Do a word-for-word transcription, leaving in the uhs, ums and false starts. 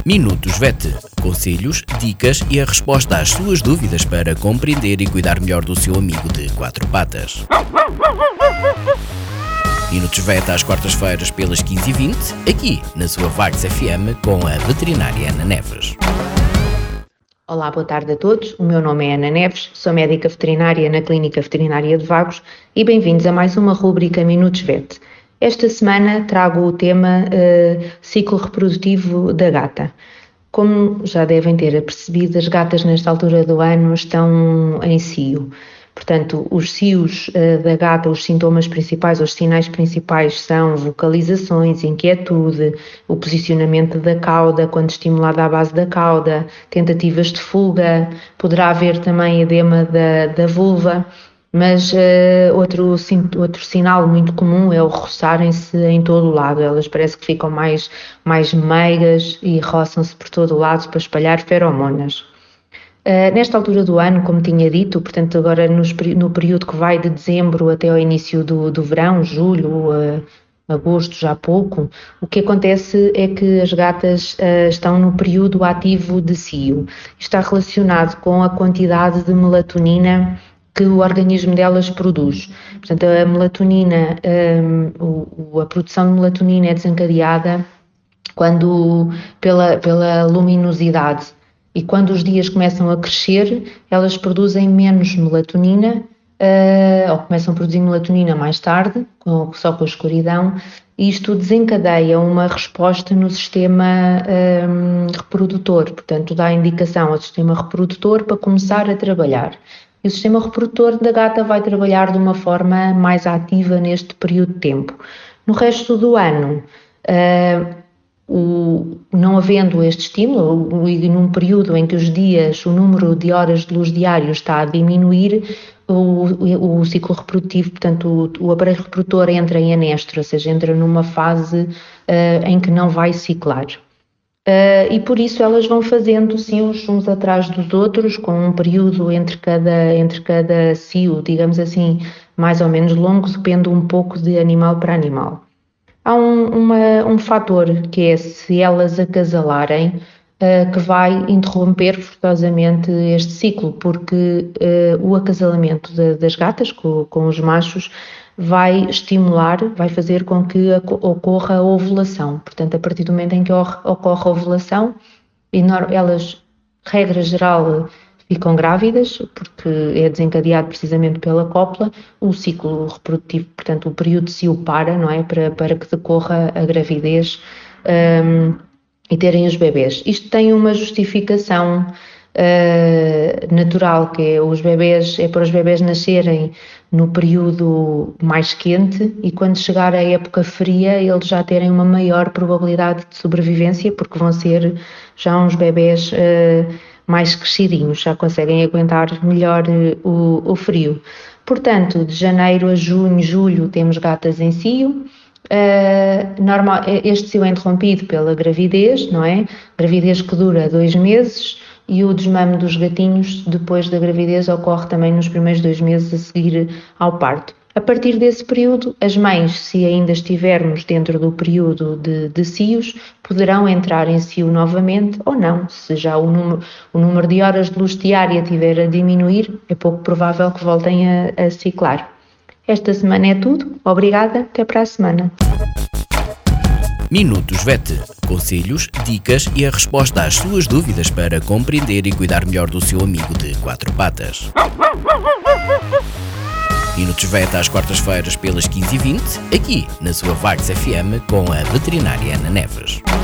Minutos VET. Conselhos, dicas e a resposta às suas dúvidas para compreender e cuidar melhor do seu amigo de quatro patas. Minutos VET às quartas-feiras pelas quinze e vinte, aqui na sua Vagos F M com a veterinária Ana Neves. Olá, boa tarde a todos. O meu nome é Ana Neves, sou médica veterinária na Clínica Veterinária de Vagos e bem-vindos a mais uma rúbrica Minutos VET. Esta semana trago o tema uh, ciclo reprodutivo da gata. Como já devem ter percebido, as gatas nesta altura do ano estão em cio. Portanto, os cios uh, da gata, os sintomas principais, os sinais principais são vocalizações, inquietude, o posicionamento da cauda quando estimulada à base da cauda, tentativas de fuga, poderá haver também edema da, da vulva. Mas uh, outro, outro sinal muito comum é o roçarem-se em todo o lado. Elas parece que ficam mais, mais meigas e roçam-se por todo o lado para espalhar feromonas. Uh, nesta altura do ano, como tinha dito, portanto agora nos, no período que vai de dezembro até ao início do, do verão, julho, uh, agosto já há pouco, o que acontece é que as gatas uh, estão no período ativo de cio. Está relacionado com a quantidade de melatonina que o organismo delas produz. Portanto, a melatonina, um, o, a produção de melatonina é desencadeada quando, pela, pela luminosidade, e quando os dias começam a crescer, elas produzem menos melatonina, uh, ou começam a produzir melatonina mais tarde, com, só com a escuridão, e isto desencadeia uma resposta no sistema um, reprodutor, portanto dá indicação ao sistema reprodutor para começar a trabalhar. E o sistema reprodutor da gata vai trabalhar de uma forma mais ativa neste período de tempo. No resto do ano, uh, o, não havendo este estímulo, e num período em que os dias, o número de horas de luz diário está a diminuir, o, o, o ciclo reprodutivo, portanto o, o aparelho reprodutor entra em anestro, ou seja, entra numa fase uh, em que não vai ciclar. Uh, e por isso elas vão fazendo cios uns atrás dos outros, com um período entre cada, entre cada cio, digamos assim, mais ou menos longo, depende um pouco de animal para animal. Há um, uma, um fator que é se elas acasalarem, uh, que vai interromper forçosamente este ciclo, porque uh, o acasalamento de, das gatas com, com os machos vai estimular, vai fazer com que ocorra a ovulação. Portanto, a partir do momento em que ocorre a ovulação, elas, regra geral, ficam grávidas, porque é desencadeado precisamente pela cópula, o ciclo reprodutivo, portanto, o período de cio para, não é? Para, para que decorra a gravidez um, e terem os bebés. Isto tem uma justificação Uh, natural, que é os bebés, é para os bebés nascerem no período mais quente e quando chegar a época fria eles já terem uma maior probabilidade de sobrevivência, porque vão ser já uns bebés uh, mais crescidinhos, já conseguem aguentar melhor uh, o, o frio. Portanto, de janeiro a junho, julho temos gatas em cio. Uh, normal, este cio é interrompido pela gravidez, não é? Gravidez que dura dois meses. E o desmame dos gatinhos depois da gravidez ocorre também nos primeiros dois meses a seguir ao parto. A partir desse período, as mães, se ainda estivermos dentro do período de, de cios, poderão entrar em cio novamente ou não. Se já o número, o número de horas de luz diária estiver a diminuir, é pouco provável que voltem a, a ciclar. Esta semana é tudo. Obrigada. Até para a semana. Minutos VET. Conselhos, dicas e a resposta às suas dúvidas para compreender e cuidar melhor do seu amigo de quatro patas. Minutos VET às quartas-feiras pelas quinze e vinte, aqui na sua Vagos F M com a veterinária Ana Neves.